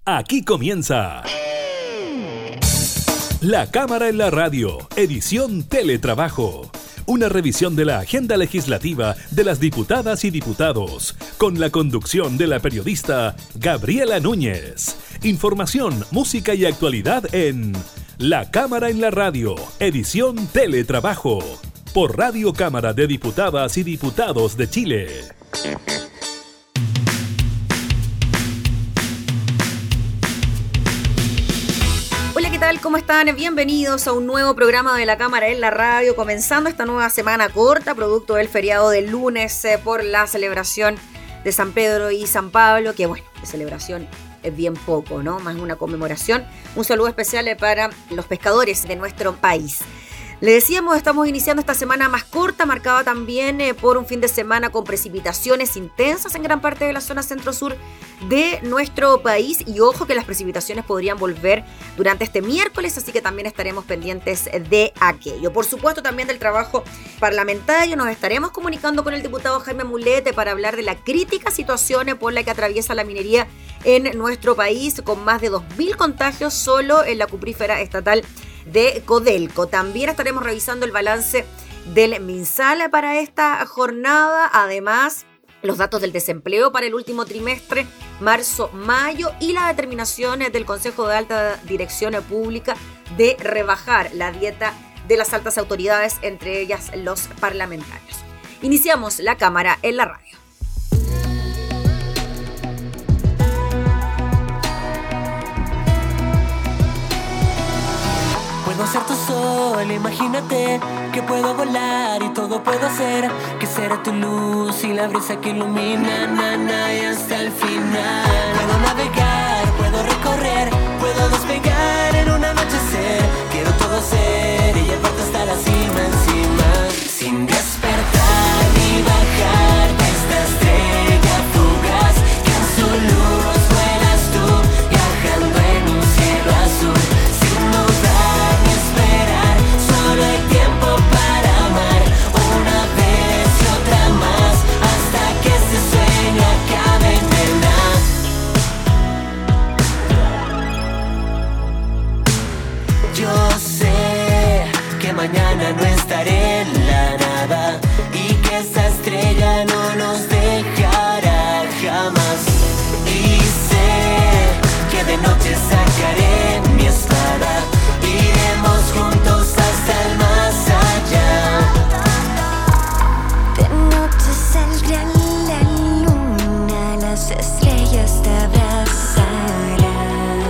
Aquí comienza La Cámara en la Radio, edición Teletrabajo. Una revisión de la agenda legislativa de las diputadas y diputados, con la conducción de la periodista Gabriela Núñez. Información, música y actualidad en La Cámara en la Radio, edición Teletrabajo, por Radio Cámara de Diputadas y Diputados de Chile. Hola, ¿qué tal? ¿Cómo están? Bienvenidos a un nuevo programa de La Cámara en la Radio, comenzando esta nueva semana corta, producto del feriado del lunes por la celebración de San Pedro y San Pablo, que bueno, de celebración es bien poco, ¿no? Más una conmemoración. Un saludo especial para los pescadores de nuestro país. Le decíamos, estamos iniciando esta semana más corta, marcada también por un fin de semana con precipitaciones intensas en gran parte de la zona centro-sur de nuestro país. Y ojo que las precipitaciones podrían volver durante este miércoles, así que también estaremos pendientes de aquello. Por supuesto, también del trabajo parlamentario. Nos estaremos comunicando con el diputado Jaime Mulete para hablar de la crítica situación por la que atraviesa la minería en nuestro país, con más de 2.000 contagios solo en la cuprífera estatal de Codelco. También estaremos revisando el balance del MinSal para esta jornada. Además, los datos del desempleo para el último trimestre, marzo-mayo, y la determinación del Consejo de Alta Dirección Pública de rebajar la dieta de las altas autoridades, entre ellas los parlamentarios. Iniciamos La Cámara en la Radio. Puedo ser tu sol, imagínate que puedo volar y todo puedo hacer, que será tu luz y la brisa que ilumina, y hasta el final. Puedo navegar, puedo recorrer, puedo despegar en un anochecer. Quiero todo ser y llevarte hasta la cima encima, sin despertar ni bajar de esta estrella fugaz, que en su luz vuelas tú, viajando en un cielo azul, sin dudar ni esperar. Solo hay tiempo para amar, una vez y otra más, hasta que este sueño acabe, nena. Yo sé que mañana no estaré en la nada y que esa estrella no nos dejará jamás. Y sé que de noche sacaré mi espada, iremos juntos hasta el más allá. De noche saldrá la luna, las estrellas te abrazarán.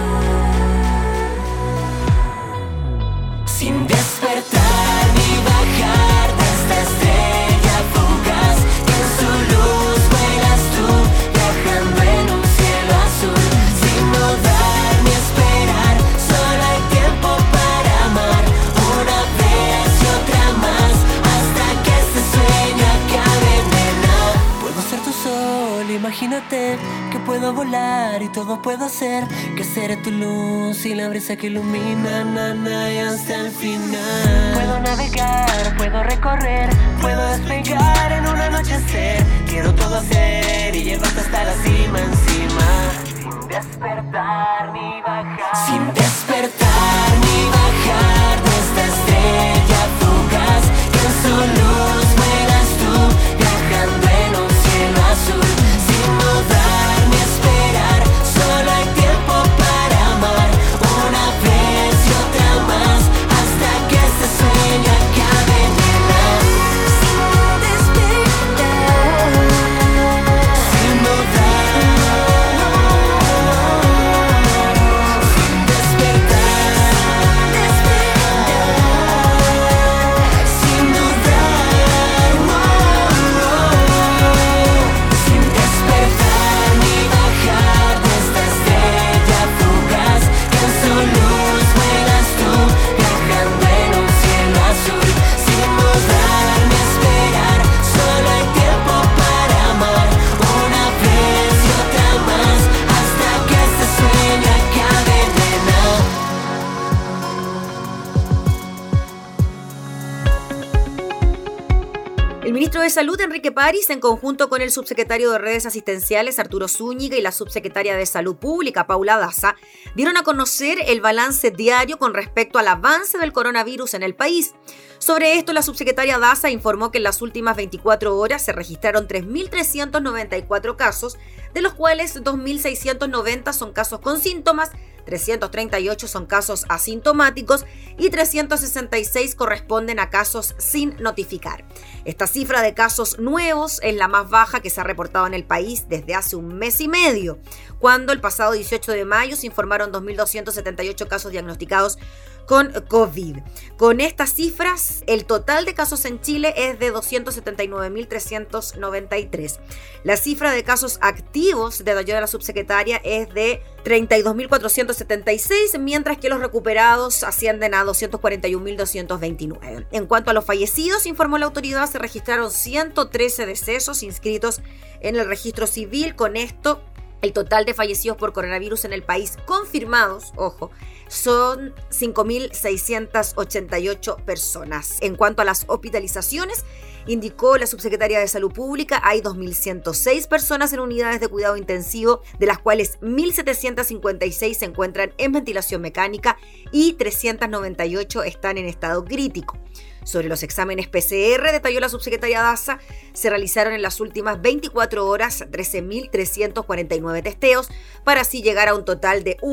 Sin despertar ni bajar de esta estrella fugaz, que en su luz vuelas tú, viajando en un cielo azul, sin dudar ni esperar. Solo hay tiempo para amar, una vez y otra más, hasta que este sueño acabe, nena. Puedo ser tu sol, imagínate que puedo volar y todo puedo hacer, que seré tu luz y la brisa que ilumina, y hasta el final. Puedo navegar, puedo recorrer, puedo despegar en un anochecer. Quiero todo hacer y llevarte hasta la cima encima, sin despertar ni bajar. Sin despertar ni bajar de esta estrella fugaz, que en su luz vuelas tú, viajando en un cielo azul, sin dudar ni esperar. Solo hay tiempo para amar, una vez y otra más, hasta que este sueño acabe, nena. Sin despertar, Sin dudar, sin despertar. de Salud, Enrique París, en conjunto con el subsecretario de Redes Asistenciales, Arturo Zúñiga, y la subsecretaria de Salud Pública, Paula Daza, dieron a conocer el balance diario con respecto al avance del coronavirus en el país. Sobre esto, la subsecretaria Daza informó que en las últimas 24 horas se registraron 3.394 casos, de los cuales 2.690 son casos con síntomas, 338 son casos asintomáticos y 366 corresponden a casos sin notificar. Esta cifra de casos nuevos es la más baja que se ha reportado en el país desde hace un mes y medio, cuando el pasado 18 de mayo se informaron 2.278 casos diagnosticados con COVID. Con estas cifras, el total de casos en Chile es de 279.393. La cifra de casos activos, detalló la subsecretaria, es de 32.476, mientras que los recuperados ascienden a 241.229. En cuanto a los fallecidos, informó la autoridad, se registraron 113 decesos inscritos en el registro civil. Con esto, el total de fallecidos por coronavirus en el país confirmados, ojo, son 5.688 personas. En cuanto a las hospitalizaciones, indicó la subsecretaria de Salud Pública, hay 2.106 personas en unidades de cuidado intensivo, de las cuales 1.756 se encuentran en ventilación mecánica y 398 están en estado crítico. Sobre los exámenes PCR, detalló la subsecretaria Daza, se realizaron en las últimas 24 horas 13.349 testeos, para así llegar a un total de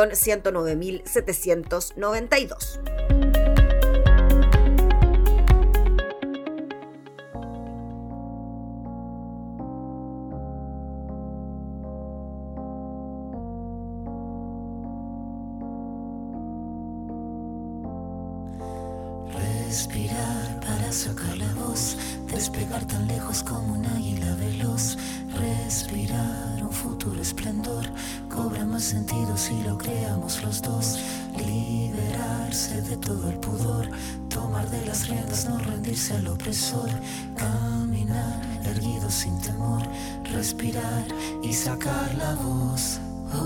1.109.792. Respirar para sacar la voz, despegar tan lejos como un águila veloz. Respirar un futuro esplendor, cobra más sentido si lo creamos los dos. Liberarse de todo el pudor, tomar de las riendas, no rendirse al opresor. Caminar erguido sin temor, respirar y sacar la voz.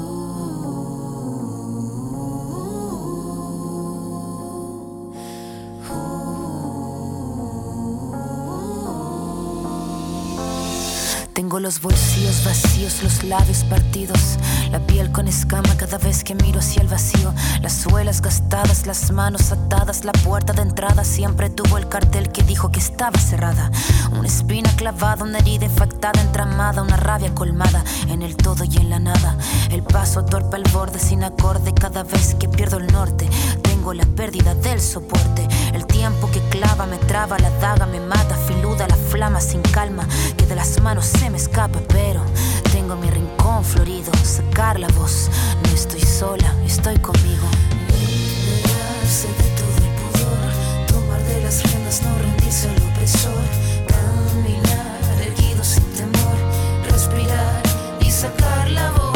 Tengo los bolsillos vacíos, los labios partidos, la piel con escama cada vez que miro hacia el vacío. Las suelas gastadas, las manos atadas, la puerta de entrada siempre tuvo el cartel que dijo que estaba cerrada. Una espina clavada, una herida infectada, entramada, una rabia colmada en el todo y en la nada. El paso torpe al borde sin acorde cada vez que pierdo el norte. Tengo la pérdida del soporte, el tiempo que clava me traba, la daga me mata, filuda la flama sin calma, que de las manos se me escapa, pero tengo mi rincón florido, sacar la voz, no estoy sola, estoy conmigo. Liberarse de todo el pudor, tomar de las riendas, no rendirse al opresor. Caminar erguido sin temor, respirar y sacar la voz.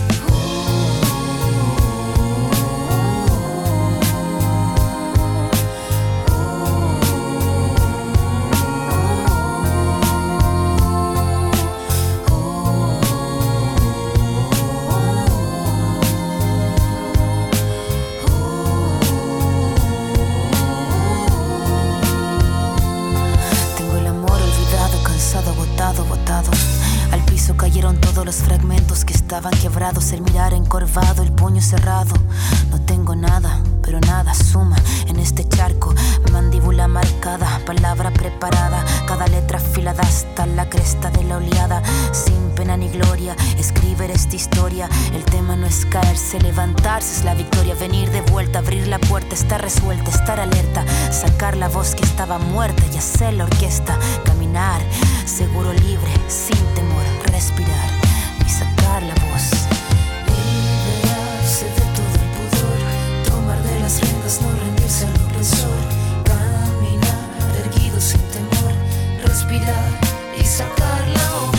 Botado. Al piso cayeron todos los fragmentos que estaban quebrados, el mirar encorvado, el puño cerrado. No tengo nada, pero nada suma en este charco. Mandíbula marcada, palabra preparada, cada letra afilada hasta la cresta de la oleada. Sin pena ni gloria, escribir esta historia. El tema no es caerse, levantarse es la victoria. Venir de vuelta, abrir la puerta, estar resuelta, estar alerta. Sacar la voz que estaba muerta y hacer la orquesta. Caminar, seguro, libre, sin temor. Respirar y sacar la voz. Liberarse de todo el pudor, tomar de las riendas, no rendirse al opresor. Caminar erguido sin temor, respirar y sacar la voz.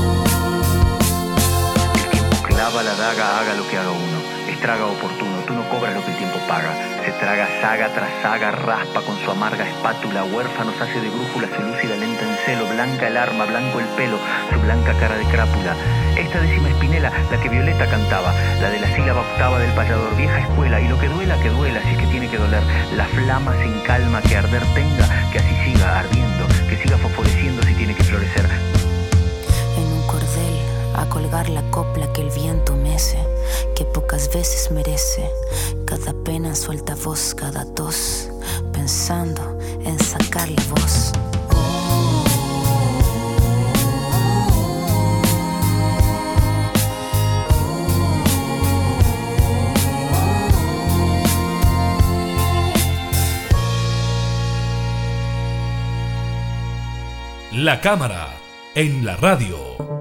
La daga, haga lo que haga uno. Estraga oportuno, tú no cobra lo que el tiempo paga. Se traga saga tras saga, raspa con su amarga espátula. Huérfanos hace de brújula, se lúcida lenta en celo. Blanca el arma, blanco el pelo, su blanca cara de crápula. Esta décima espinela, la que Violeta cantaba, la de la sílaba octava del payador, vieja escuela. Y lo que duela, si es que tiene que doler. La flama sin calma que arder tenga, que así siga ardiendo, que siga fosforeciendo si tiene que florecer. En un cordel a colgar la copla que el viento mece, que pocas veces merece. Cada pena suelta voz, cada tos, pensando en sacar la voz. La cámara en la radio.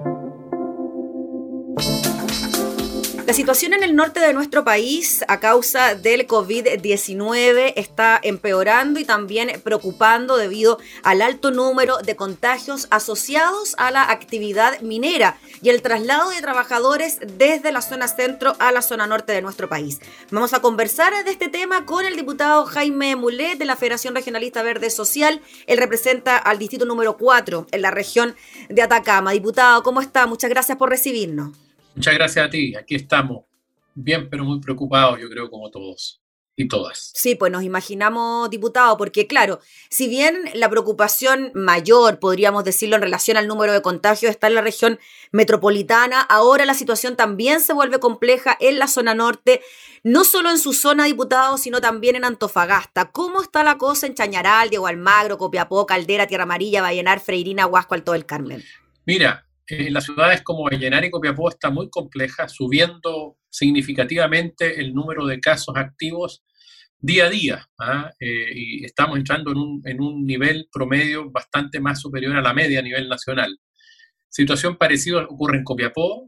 La situación en el norte de nuestro país a causa del COVID-19 está empeorando y también preocupando debido al alto número de contagios asociados a la actividad minera y el traslado de trabajadores desde la zona centro a la zona norte de nuestro país. Vamos a conversar de este tema con el diputado Jaime Mulet de la Federación Regionalista Verde Social. Él representa al distrito número 4 en la región de Atacama. Diputado, ¿cómo está? Muchas gracias por recibirnos. Muchas gracias a ti. Aquí estamos bien, pero muy preocupados, yo creo, como todos y todas. Sí, pues nos imaginamos, diputado, porque claro, si bien la preocupación mayor, podríamos decirlo, en relación al número de contagios está en la región metropolitana, ahora la situación también se vuelve compleja en la zona norte, no solo en su zona, diputado, sino también en Antofagasta. ¿Cómo está la cosa en Chañaral, Diego Almagro, Copiapó, Caldera, Tierra Amarilla, Vallenar, Freirina, Huasco, Alto del Carmen? Mira, en las ciudades como Vallenar y Copiapó está muy compleja, subiendo significativamente el número de casos activos día a día, y estamos entrando en un nivel promedio bastante más superior a la media a nivel nacional. Situación parecida ocurre en Copiapó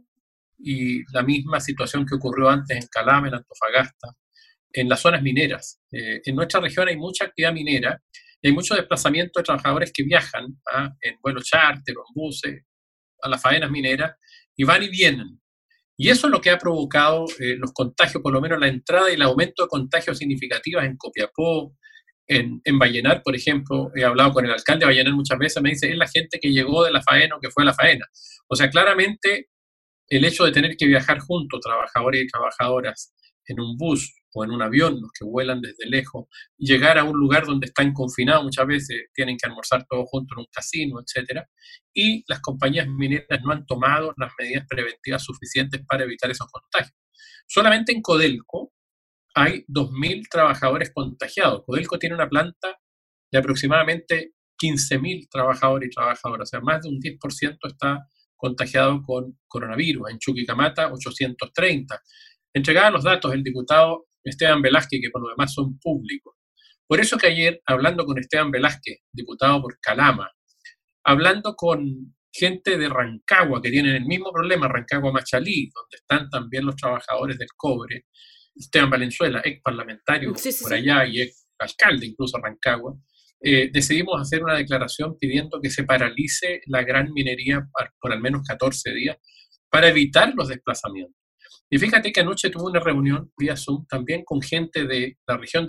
y la misma situación que ocurrió antes en Calama, en Antofagasta, en las zonas mineras. En nuestra región hay mucha actividad minera y hay mucho desplazamiento de trabajadores que viajan en vuelos charter o en buses a las faenas mineras y van y vienen. Y eso es lo que ha provocado los contagios, por lo menos la entrada y el aumento de contagios significativos en Copiapó, en Vallenar, por ejemplo. He hablado con el alcalde de Vallenar muchas veces, me dice, es la gente que llegó de la faena o que fue a la faena. O sea, claramente el hecho de tener que viajar juntos, trabajadores y trabajadoras, en un bus o en un avión, los que vuelan desde lejos, llegar a un lugar donde están confinados, muchas veces tienen que almorzar todos juntos en un casino, etc. Y las compañías mineras no han tomado las medidas preventivas suficientes para evitar esos contagios. Solamente en Codelco hay 2.000 trabajadores contagiados. Codelco tiene una planta de aproximadamente 15.000 trabajadores y trabajadoras, o sea, más de un 10% está contagiado con coronavirus. En Chuquicamata, 830. Entregaba los datos el diputado Esteban Velázquez, que por lo demás son públicos. Por eso que ayer, hablando con Esteban Velázquez, diputado por Calama, hablando con gente de Rancagua, que tienen el mismo problema, Rancagua-Machalí, donde están también los trabajadores del cobre, Esteban Valenzuela, ex parlamentario por allá y ex alcalde incluso Rancagua, decidimos hacer una declaración pidiendo que se paralice la gran minería por al menos 14 días para evitar los desplazamientos. Y fíjate que anoche tuve una reunión vía Zoom también con gente de la región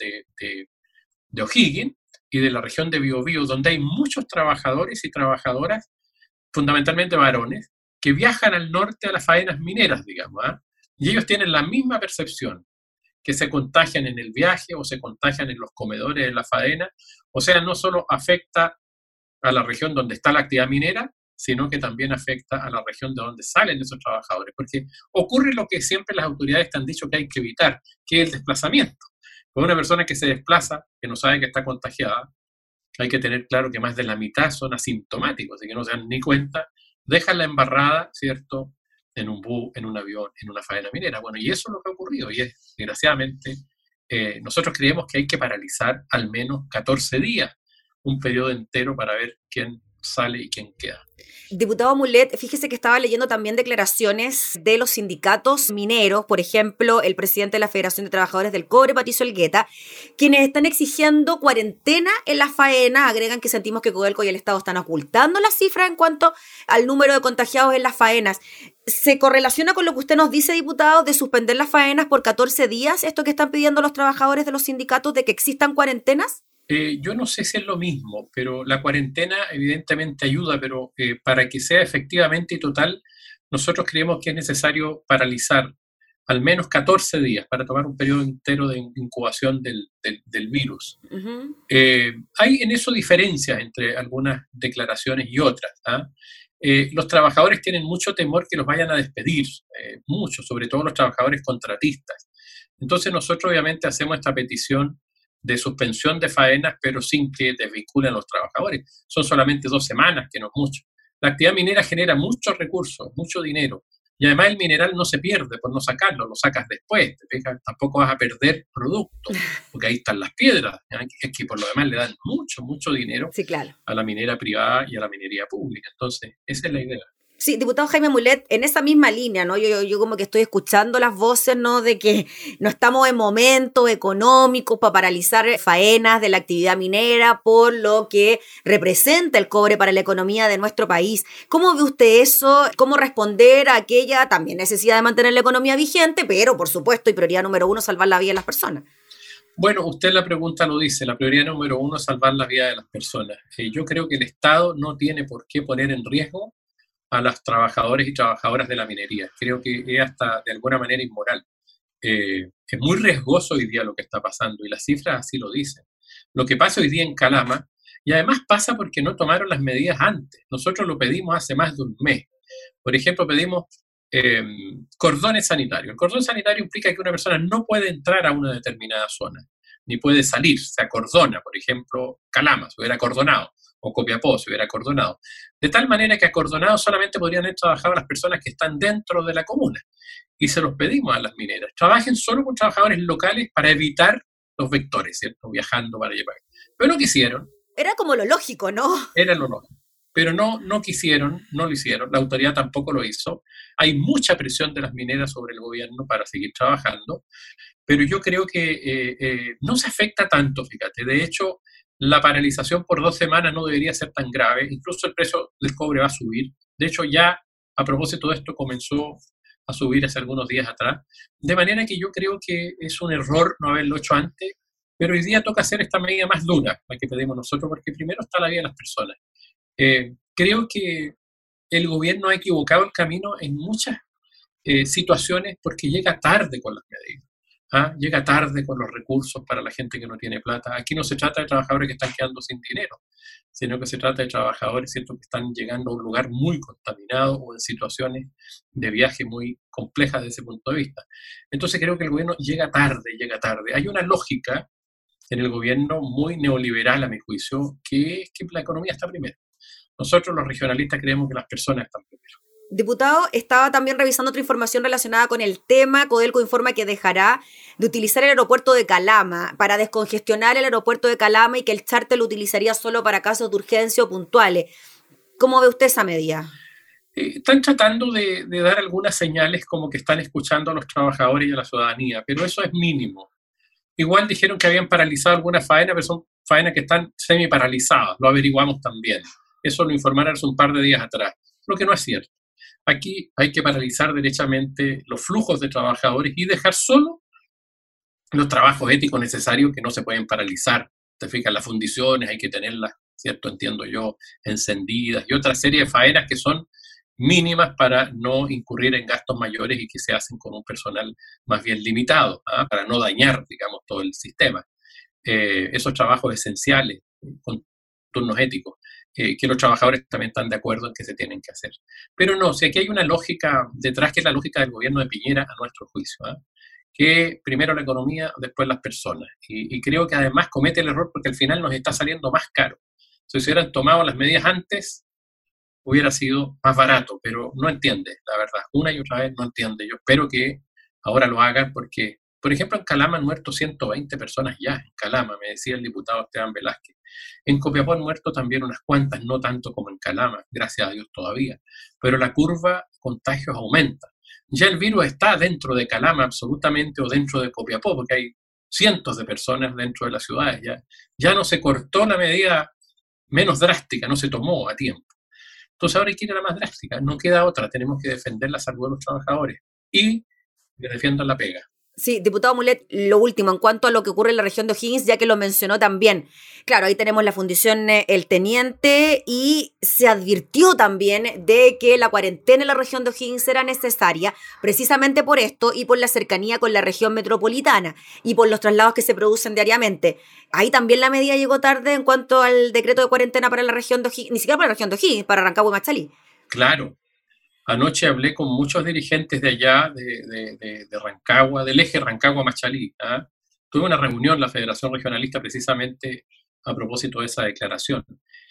de O'Higgins y de la región de Biobío, donde hay muchos trabajadores y trabajadoras, fundamentalmente varones, que viajan al norte a las faenas mineras, digamos, y ellos tienen la misma percepción, que se contagian en el viaje o se contagian en los comedores de la faena. O sea, no solo afecta a la región donde está la actividad minera, sino que también afecta a la región de donde salen esos trabajadores, porque ocurre lo que siempre las autoridades te han dicho que hay que evitar, que es el desplazamiento. Con una persona que se desplaza, que no sabe que está contagiada, hay que tener claro que más de la mitad son asintomáticos, así que no se dan ni cuenta, dejan la embarrada, ¿cierto?, en un bus, en un avión, en una faena minera. Bueno, y eso es lo que ha ocurrido, y es, desgraciadamente, nosotros creemos que hay que paralizar al menos 14 días, un periodo entero para ver quién sale y quién queda. Diputado Mulet, fíjese que estaba leyendo también declaraciones de los sindicatos mineros, por ejemplo, el presidente de la Federación de Trabajadores del Cobre, Patricio Elgueta, quienes están exigiendo cuarentena en las faenas. Agregan que sentimos que Codelco y el Estado están ocultando las cifras en cuanto al número de contagiados en las faenas. ¿Se correlaciona con lo que usted nos dice, diputado, de suspender las faenas por 14 días, esto que están pidiendo los trabajadores de los sindicatos, de que existan cuarentenas? Yo no sé si es lo mismo, pero la cuarentena evidentemente ayuda, pero para que sea efectivamente y total, nosotros creemos que es necesario paralizar al menos 14 días para tomar un periodo entero de incubación del virus. Uh-huh. Hay en eso diferencias entre algunas declaraciones y otras. Los trabajadores tienen mucho temor que los vayan a despedir, mucho, sobre todo los trabajadores contratistas. Entonces nosotros obviamente hacemos esta petición de suspensión de faenas, pero sin que desvinculen a los trabajadores. Son solamente 2 semanas, que no es mucho. La actividad minera genera muchos recursos, mucho dinero, y además el mineral no se pierde por no sacarlo, lo sacas después, tampoco vas a perder producto, porque ahí están las piedras, es que por lo demás le dan mucho dinero, sí, claro, a la minera privada y a la minería pública. Entonces, esa es la idea. Sí, diputado Jaime Mulet, en esa misma línea, ¿no? Yo como que estoy escuchando las voces, ¿no? De que no estamos en momentos económicos para paralizar faenas de la actividad minera por lo que representa el cobre para la economía de nuestro país. ¿Cómo ve usted eso? ¿Cómo responder a aquella también necesidad de mantener la economía vigente, pero por supuesto, y prioridad número 1, salvar la vida de las personas? Bueno, usted la pregunta lo dice, la prioridad número 1 es salvar la vida de las personas. Yo creo que el Estado no tiene por qué poner en riesgo a los trabajadores y trabajadoras de la minería. Creo que es hasta de alguna manera inmoral. Es muy riesgoso hoy día lo que está pasando y las cifras así lo dicen. Lo que pasa hoy día en Calama, y además pasa porque no tomaron las medidas antes. Nosotros lo pedimos hace más de un mes. Por ejemplo, pedimos cordones sanitarios. El cordón sanitario implica que una persona no puede entrar a una determinada zona, ni puede salir, se acordona. Por ejemplo, Calama se hubiera acordonado, o Copiapó se hubiera acordonado. De tal manera que acordonados solamente podrían haber trabajado las personas que están dentro de la comuna. Y se los pedimos a las mineras. Trabajen solo con trabajadores locales para evitar los vectores, ¿cierto? Viajando para llevar. Pero no quisieron. Era como lo lógico, ¿no? Era lo lógico. Pero no quisieron, no lo hicieron. La autoridad tampoco lo hizo. Hay mucha presión de las mineras sobre el gobierno para seguir trabajando. Pero yo creo que no se afecta tanto, fíjate. De hecho, la paralización por 2 semanas no debería ser tan grave. Incluso el precio del cobre va a subir. De hecho, ya a propósito de esto comenzó a subir hace algunos días atrás. De manera que yo creo que es un error no haberlo hecho antes, pero hoy día toca hacer esta medida más dura, la que pedimos nosotros, porque primero está la vida de las personas. Creo que el gobierno ha equivocado el camino en muchas situaciones porque llega tarde con las medidas. Llega tarde con los recursos para la gente que no tiene plata. Aquí no se trata de trabajadores que están quedando sin dinero, sino que se trata de trabajadores, ¿cierto?, que están llegando a un lugar muy contaminado o en situaciones de viaje muy complejas desde ese punto de vista. Entonces creo que el gobierno llega tarde. Hay una lógica en el gobierno muy neoliberal, a mi juicio, que es que la economía está primero. Nosotros los regionalistas creemos que las personas están primero. Diputado, estaba también revisando otra información relacionada con el tema. Codelco informa que dejará de utilizar el aeropuerto de Calama para descongestionar el aeropuerto de Calama y que el charter lo utilizaría solo para casos de urgencia o puntuales. ¿Cómo ve usted esa medida? Están tratando de dar algunas señales como que están escuchando a los trabajadores y a la ciudadanía, pero eso es mínimo. Igual dijeron que habían paralizado algunas faenas, pero son faenas que están semi-paralizadas. Lo averiguamos también. Eso lo informaron hace un par de días atrás, lo que no es cierto. Aquí hay que paralizar derechamente los flujos de trabajadores y dejar solo los trabajos éticos necesarios que no se pueden paralizar. Te fijas, las fundiciones hay que tenerlas, ¿cierto? Entiendo yo, encendidas y otra serie de faenas que son mínimas para no incurrir en gastos mayores y que se hacen con un personal más bien limitado, para no dañar, digamos, todo el sistema. Esos trabajos esenciales con turnos éticos, que los trabajadores también están de acuerdo en que se tienen que hacer. Pero no, si aquí hay una lógica detrás, que es la lógica del gobierno de Piñera, a nuestro juicio, que primero la economía, después las personas. Y creo que además comete el error porque al final nos está saliendo más caro. Si hubieran tomado las medidas antes, hubiera sido más barato, pero no entiende, la verdad. Una y otra vez no entiende. Yo espero que ahora lo hagan porque Por ejemplo, en Calama han muerto 120 personas ya, en Calama, me decía el diputado Esteban Velázquez. En Copiapó han muerto también unas cuantas, no tanto como en Calama, gracias a Dios todavía, pero la curva de contagios aumenta. Ya el virus está dentro de Calama absolutamente o dentro de Copiapó, porque hay cientos de personas dentro de las ciudades. Ya no se cortó la medida menos drástica, no se tomó a tiempo. Entonces ahora hay que ir a la más drástica, no queda otra, tenemos que defender la salud de los trabajadores y que defiendan la pega. Sí, diputado Mulet, lo último, en cuanto a lo que ocurre en la región de O'Higgins, ya que lo mencionó también. Claro, ahí tenemos la Fundación El Teniente y se advirtió también de que la cuarentena en la región de O'Higgins era necesaria precisamente por esto y por la cercanía con la región metropolitana y por los traslados que se producen diariamente. Ahí también la medida llegó tarde en cuanto al decreto de cuarentena para la región de O'Higgins, ni siquiera para la región de O'Higgins, para Rancagua y Machalí. Claro. Anoche hablé con muchos dirigentes de allá, de Rancagua, del eje Rancagua-Machalí. Tuve una reunión en la Federación Regionalista precisamente a propósito de esa declaración.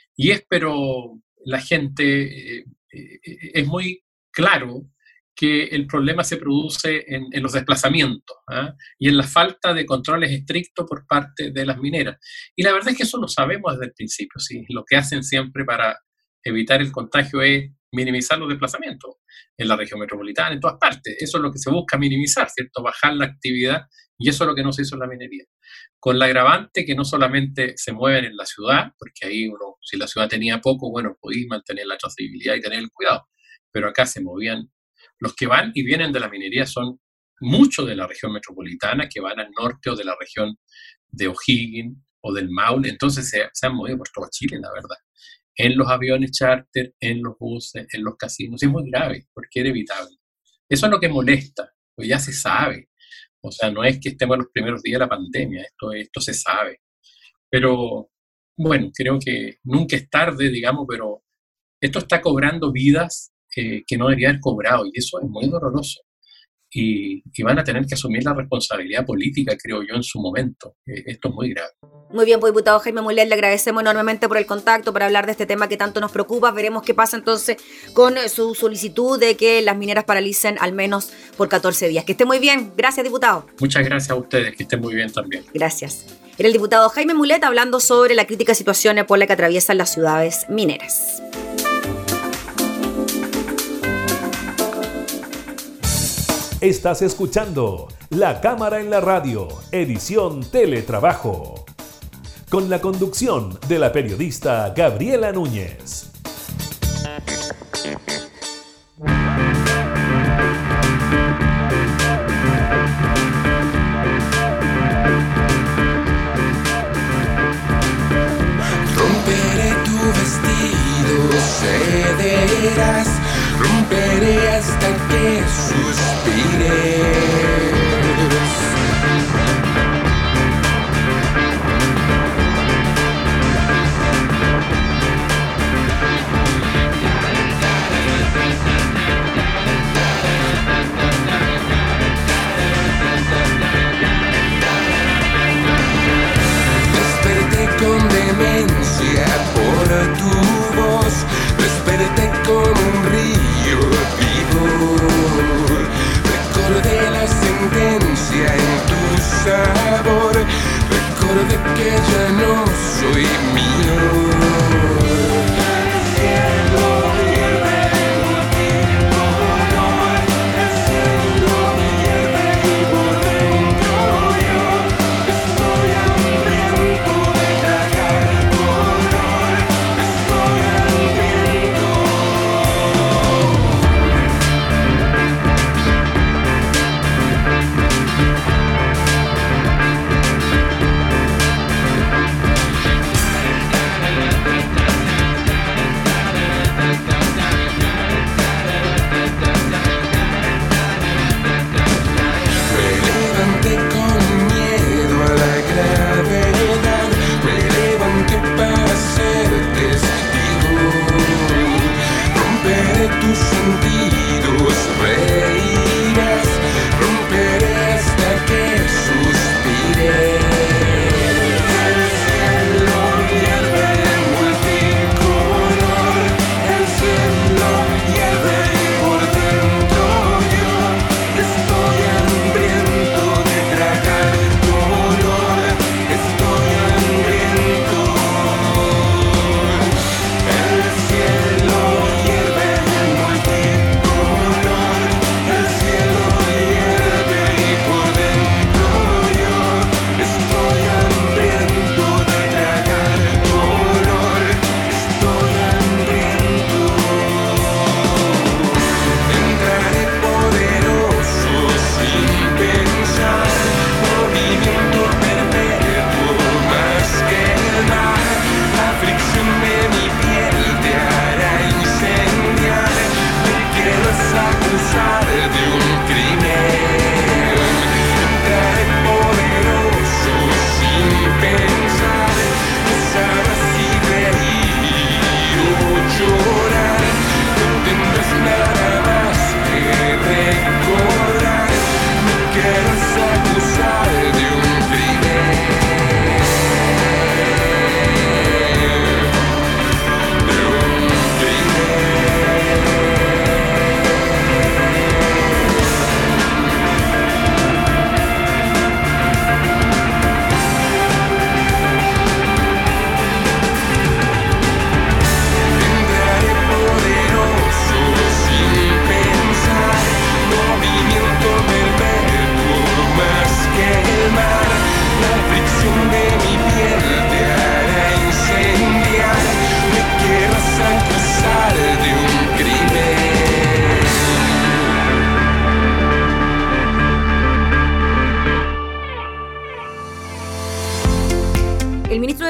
Pero la gente es muy claro que el problema se produce en los desplazamientos y en la falta de controles estrictos por parte de las mineras. Y la verdad es que eso lo sabemos desde el principio. ¿Sí? Lo que hacen siempre para evitar el contagio es minimizar los desplazamientos en la región metropolitana, en todas partes. Eso es lo que se busca minimizar, ¿cierto? Bajar la actividad, y eso es lo que no se hizo en la minería. Con la agravante que no solamente se mueven en la ciudad, porque ahí uno, si la ciudad tenía poco, bueno, podéis mantener la trazabilidad y tener el cuidado, pero acá se movían. Los que van y vienen de la minería son muchos de la región metropolitana que van al norte o de la región de O'Higgins o del Maule, entonces se han movido por todo Chile, la verdad. En los aviones charter, en los buses, en los casinos. Es muy grave, porque era evitable. Eso es lo que molesta, pues ya se sabe. O sea, no es que estemos en los primeros días de la pandemia, esto se sabe. Pero, bueno, creo que nunca es tarde, digamos, pero esto está cobrando vidas que no debería haber cobrado, y eso es muy doloroso. Y van a tener que asumir la responsabilidad política, creo yo, en su momento. Esto es muy grave. Muy bien, pues, diputado Jaime Mulet, le agradecemos enormemente por el contacto para hablar de este tema que tanto nos preocupa. Veremos qué pasa entonces con su solicitud de que las mineras paralicen al menos por 14 días. Que esté muy bien. Gracias, diputado. Muchas gracias a ustedes, que estén muy bien también. Gracias. Era el diputado Jaime Mulet hablando sobre la crítica situación por la que atraviesan las ciudades mineras. Estás escuchando La Cámara en la Radio, edición Teletrabajo, con la conducción de la periodista Gabriela Núñez. Romperé tu vestido, cederás, romperé hasta que suspires. Desperté con demencia por tu voz, desperté como un río vivo. Recordé la sentencia en tu sabor, recordé que ya no soy mío.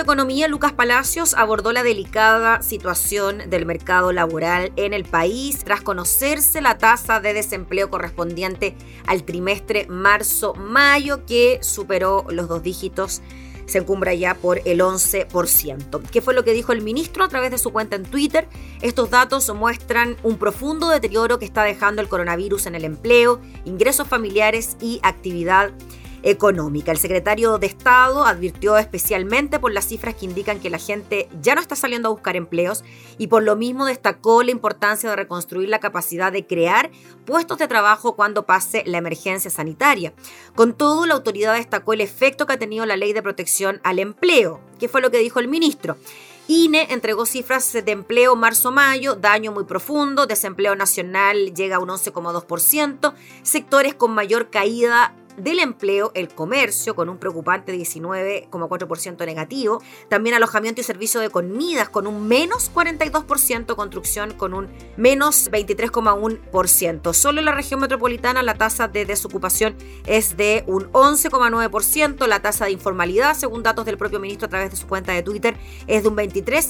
Economía, Lucas Palacios, abordó la delicada situación del mercado laboral en el país tras conocerse la tasa de desempleo correspondiente al trimestre marzo-mayo, que superó los 2 dígitos, se encumbra ya por el 11%. ¿Qué fue lo que dijo el ministro a través de su cuenta en Twitter? Estos datos muestran un profundo deterioro que está dejando el coronavirus en el empleo, ingresos familiares y actividad económica. El secretario de Estado advirtió especialmente por las cifras que indican que la gente ya no está saliendo a buscar empleos y por lo mismo destacó la importancia de reconstruir la capacidad de crear puestos de trabajo cuando pase la emergencia sanitaria. Con todo, la autoridad destacó el efecto que ha tenido la Ley de Protección al Empleo. ¿Qué fue lo que dijo el ministro? INE entregó cifras de empleo marzo-mayo, daño muy profundo, desempleo nacional llega a un 11,2%, sectores con mayor caída del empleo, el comercio, con un preocupante 19,4% negativo, también alojamiento y servicio de comidas con un menos 42%, construcción con un menos 23,1%. Solo en la región metropolitana la tasa de desocupación es de un 11,9%, la tasa de informalidad, según datos del propio ministro a través de su cuenta de Twitter, es de un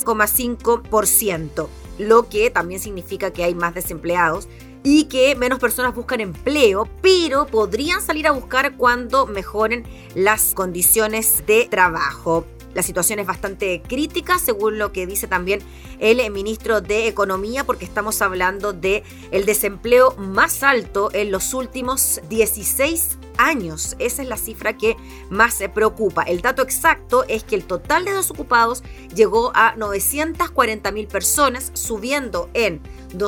23,5%, lo que también significa que hay más desempleados y que menos personas buscan empleo, pero podrían salir a buscar cuando mejoren las condiciones de trabajo. La situación es bastante crítica, según lo que dice también el ministro de Economía, porque estamos hablando de el desempleo más alto en los últimos 16 años. Esa es la cifra que más se preocupa. El dato exacto es que el total de desocupados llegó a 940.000 personas, subiendo en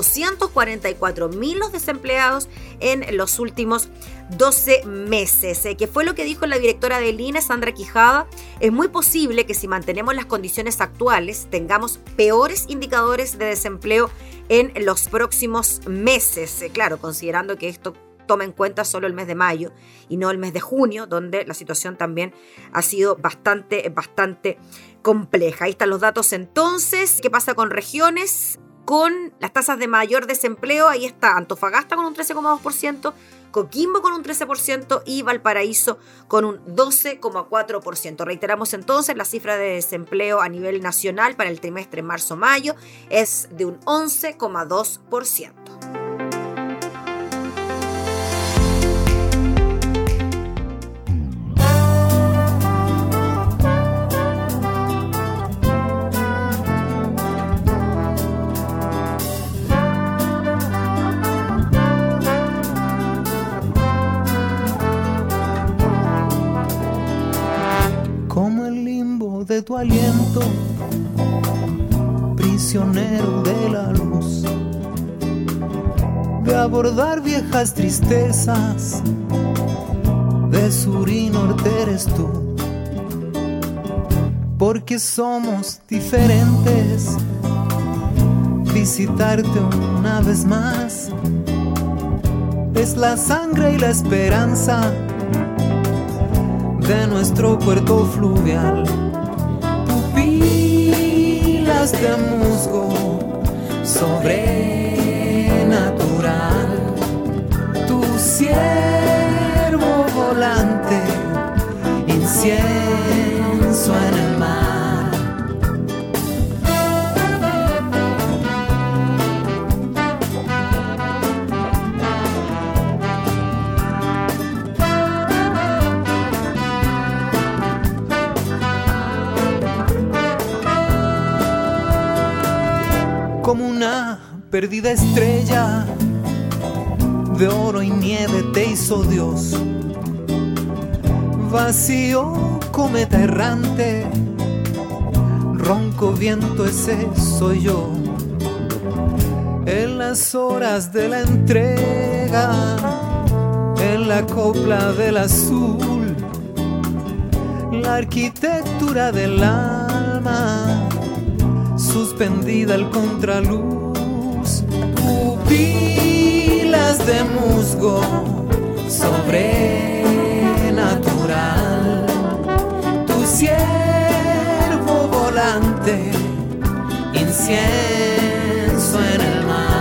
244.000 los desempleados en los últimos 12 meses. ¿Qué fue lo que dijo la directora del INE, Sandra Quijada? Es muy posible que si mantenemos las condiciones actuales tengamos peores indicadores de desempleo en los próximos meses. Claro, considerando que esto toma en cuenta solo el mes de mayo y no el mes de junio, donde la situación también ha sido bastante compleja. Ahí están los datos entonces. ¿Qué pasa con regiones? Con las tasas de mayor desempleo, ahí está Antofagasta con un 13,2%, Coquimbo con un 13% y Valparaíso con un 12,4%. Reiteramos entonces, la cifra de desempleo a nivel nacional para el trimestre marzo-mayo es de un 11,2%. De tu aliento, prisionero de la luz, de abordar viejas tristezas, de sur y norte eres tú, porque somos diferentes. Visitarte una vez más es la sangre y la esperanza de nuestro puerto fluvial. Pupilas de musgo sobrenatural, tu ciervo volante, incienso en el mar. Como una perdida estrella de oro y nieve te hizo Dios, vacío cometa errante, ronco viento ese soy yo. En las horas de la entrega, en la copla del azul, la arquitectura del alma suspendida al contraluz, pupilas de musgo sobrenatural, tu ciervo volante, incienso en el mar.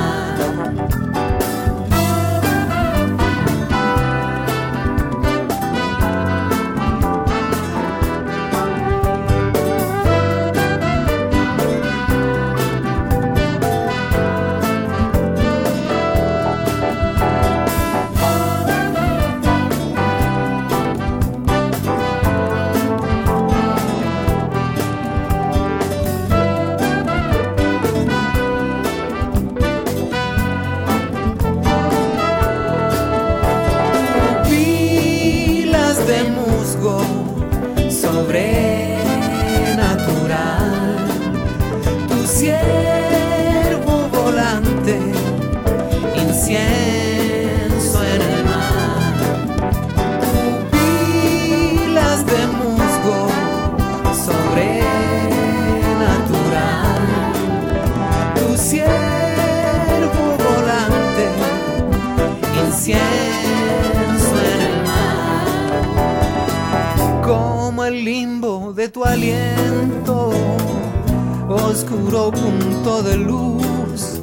tu aliento, oscuro punto de luz,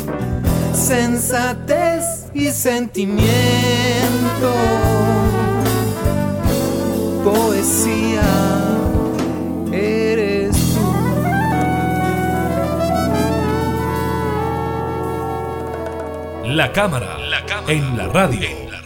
sensatez y sentimiento, poesía eres tú. La cámara en la radio.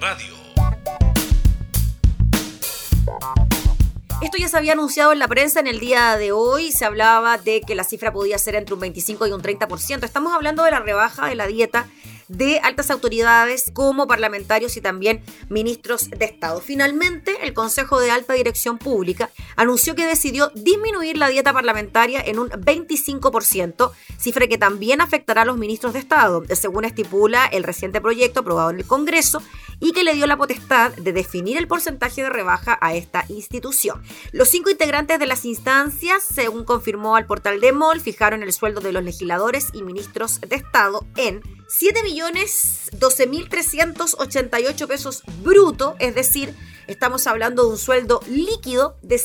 Esto ya se había anunciado en la prensa en el día de hoy. Se hablaba de que la cifra podía ser entre un 25 y un 30%. Estamos hablando de la rebaja de la dieta de altas autoridades como parlamentarios y también ministros de Estado. Finalmente, el Consejo de Alta Dirección Pública anunció que decidió disminuir la dieta parlamentaria en un 25%, cifra que también afectará a los ministros de Estado, según estipula el reciente proyecto aprobado en el Congreso y que le dio la potestad de definir el porcentaje de rebaja a esta institución. Los 5 integrantes de las instancias, según confirmó al portal de MOL, fijaron el sueldo de los legisladores y ministros de Estado en 7.012.388 pesos bruto, es decir, estamos hablando de un sueldo líquido de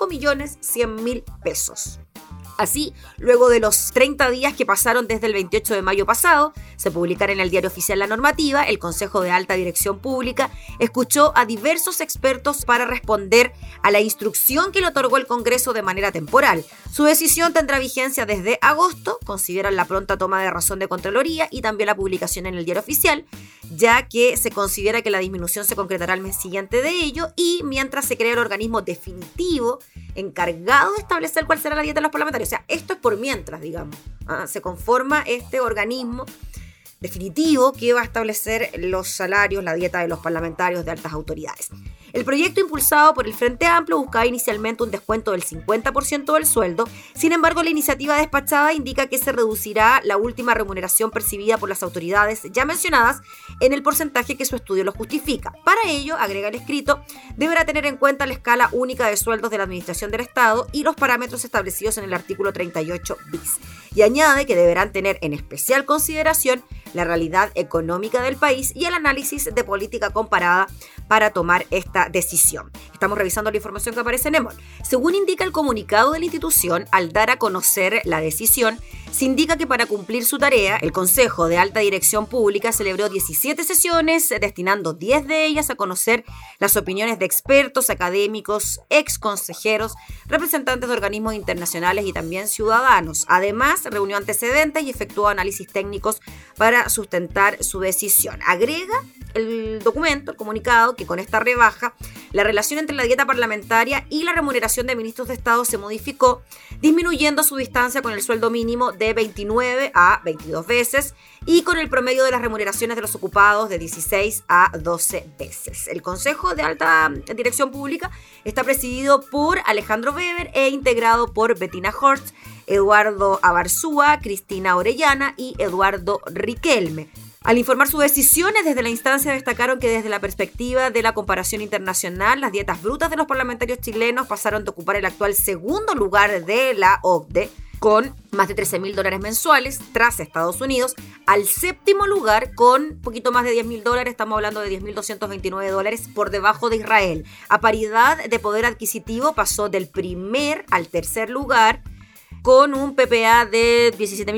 5.100.000 pesos. Así, luego de los 30 días que pasaron desde el 28 de mayo pasado, se publicara en el Diario Oficial la normativa, el Consejo de Alta Dirección Pública escuchó a diversos expertos para responder a la instrucción que le otorgó el Congreso de manera temporal. Su decisión tendrá vigencia desde agosto, consideran la pronta toma de razón de Contraloría y también la publicación en el Diario Oficial, ya que se considera que la disminución se concretará al mes siguiente de ello y mientras se crea el organismo definitivo encargado de establecer cuál será la dieta de los parlamentarios. O sea, esto es por mientras, digamos. Se conforma este organismo definitivo que va a establecer los salarios, la dieta de los parlamentarios de altas autoridades. El proyecto impulsado por el Frente Amplio buscaba inicialmente un descuento del 50% del sueldo. Sin embargo, la iniciativa despachada indica que se reducirá la última remuneración percibida por las autoridades ya mencionadas en el porcentaje que su estudio lo justifica. Para ello, agrega el escrito, deberá tener en cuenta la escala única de sueldos de la Administración del Estado y los parámetros establecidos en el artículo 38 bis. Y añade que deberán tener en especial consideración la realidad económica del país y el análisis de política comparada para tomar esta decisión. Estamos revisando la información que aparece en EMOL. Según indica el comunicado de la institución, al dar a conocer la decisión, se indica que para cumplir su tarea, el Consejo de Alta Dirección Pública celebró 17 sesiones, destinando 10 de ellas a conocer las opiniones de expertos, académicos, ex consejeros, representantes de organismos internacionales y también ciudadanos. Además, reunió antecedentes y efectuó análisis técnicos para sustentar su decisión. Agrega el documento, el comunicado, que con esta rebaja, la relación entre la dieta parlamentaria y la remuneración de ministros de Estado se modificó, disminuyendo su distancia con el sueldo mínimo de 29 a 22 veces y con el promedio de las remuneraciones de los ocupados de 16 a 12 veces. El Consejo de Alta Dirección Pública está presidido por Alejandro Weber e integrado por Bettina Horst, Eduardo Abarzúa, Cristina Orellana y Eduardo Riquelme. Al informar sus decisiones, desde la instancia destacaron que desde la perspectiva de la comparación internacional, las dietas brutas de los parlamentarios chilenos pasaron de ocupar el actual segundo lugar de la OCDE, con más de $13.000 mensuales, tras Estados Unidos, al séptimo lugar con un poquito más de $10.000, estamos hablando de $10.229 por debajo de Israel. A paridad de poder adquisitivo pasó del primer al tercer lugar, con un PPA de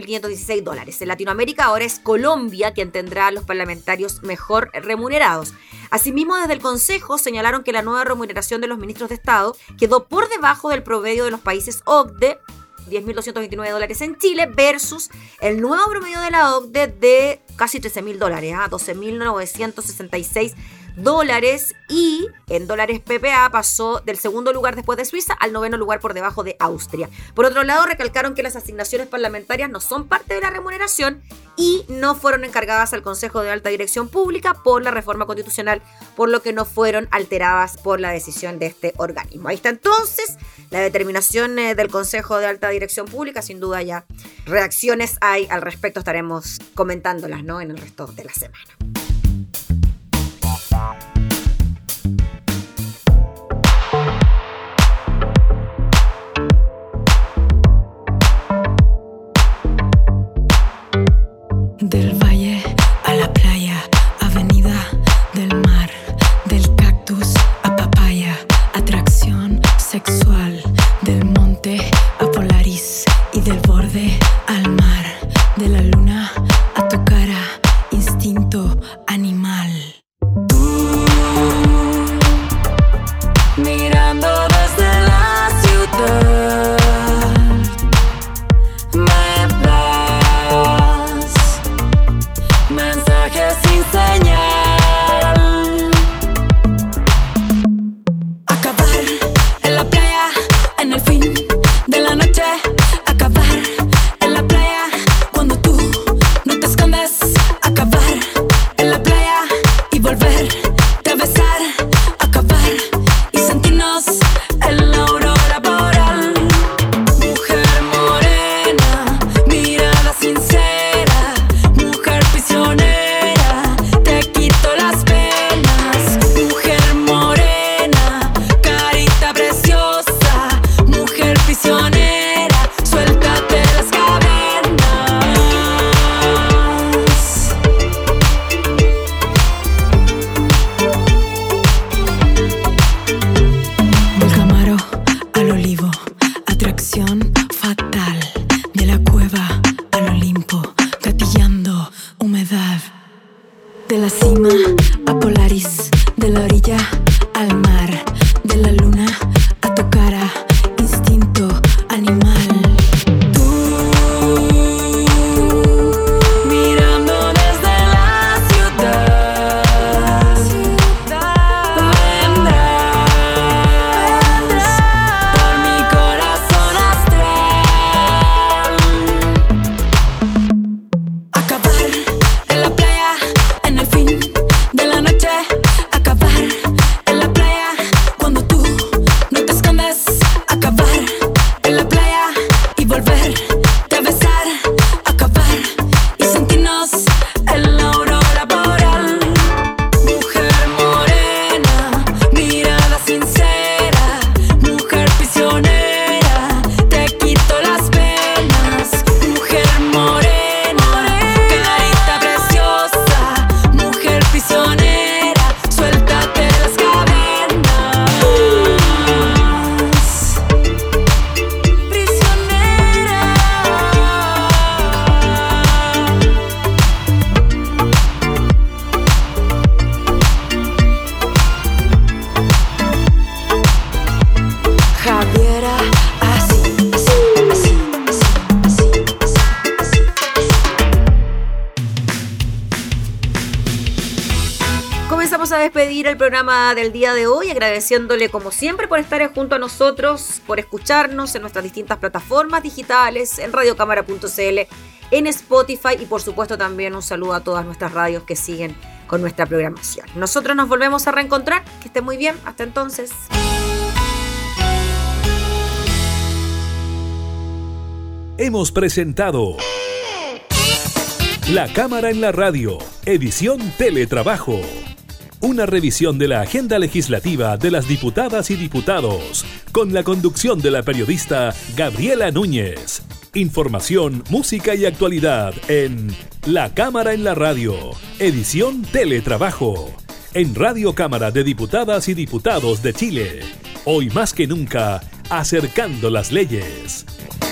$17.516. En Latinoamérica ahora es Colombia quien tendrá a los parlamentarios mejor remunerados. Asimismo, desde el Consejo señalaron que la nueva remuneración de los ministros de Estado quedó por debajo del promedio de los países OCDE, $10.229 en Chile, versus el nuevo promedio de la OCDE de casi $13.000, $12.966, y en dólares PPA pasó del segundo lugar después de Suiza al noveno lugar por debajo de Austria. Por otro lado, recalcaron que las asignaciones parlamentarias no son parte de la remuneración y no fueron encargadas al Consejo de Alta Dirección Pública por la reforma constitucional, por lo que no fueron alteradas por la decisión de este organismo. Ahí está entonces la determinación del Consejo de Alta Dirección Pública. Sin duda ya reacciones hay al respecto, estaremos comentándolas, ¿no?, en el resto de la semana. Del valle a la playa, avenida del mar, del cactus a papaya, atracción sexual del monte luna a tu cara, instinto animal. Mirando desde la ciudad, me das mensajes sin señal. Acabar en la playa, en el fin de la noche. Acabar en la playa, cuando tú no te escondes. Acabar en la playa y volverte a besar. Acabar y sentirnos en la aurora boreal. Mujer morena, mirada sincera. Mujer prisionera, te quito las penas. Mujer morena, carita preciosa. Mujer prisionera, suéltate las cadenas. Del Camaro al Olivo, atracción fatal. De la cueva al Olimpo, gatillando humedad. De la cima a Polaris, de la orilla al mar. De la luna a tu cara, instinto animal. Mirando desde la ciudad, vendrás por mi corazón astral. Acabar en la playa, en el fin de la noche. Acabar en la playa, cuando tú no te escondes. Acabar en la playa y volverte a besar. Acabar y sentirnos en la aurora boreal. Mujer morena, mirada sincera. Mujer prisionera, te quito las penas. Mujer morena, carita preciosa. Mujer prisionera, suéltate las cadenas. Prisionera. Javiera, así, así, así, así, así, así, así. Comenzamos a despedir el programa del día de hoy, agradeciéndole como siempre por estar junto a nosotros, por escucharnos en nuestras distintas plataformas digitales, en radiocámara.cl, en Spotify y por supuesto también un saludo a todas nuestras radios que siguen con nuestra programación. Nosotros nos volvemos a reencontrar, que estén muy bien, hasta entonces. Hemos presentado La Cámara en la Radio, edición Teletrabajo. Una revisión de la agenda legislativa de las diputadas y diputados, con la conducción de la periodista Gabriela Núñez. Información, música y actualidad en La Cámara en la Radio, edición Teletrabajo. En Radio Cámara de Diputadas y Diputados de Chile. Hoy más que nunca, acercando las leyes.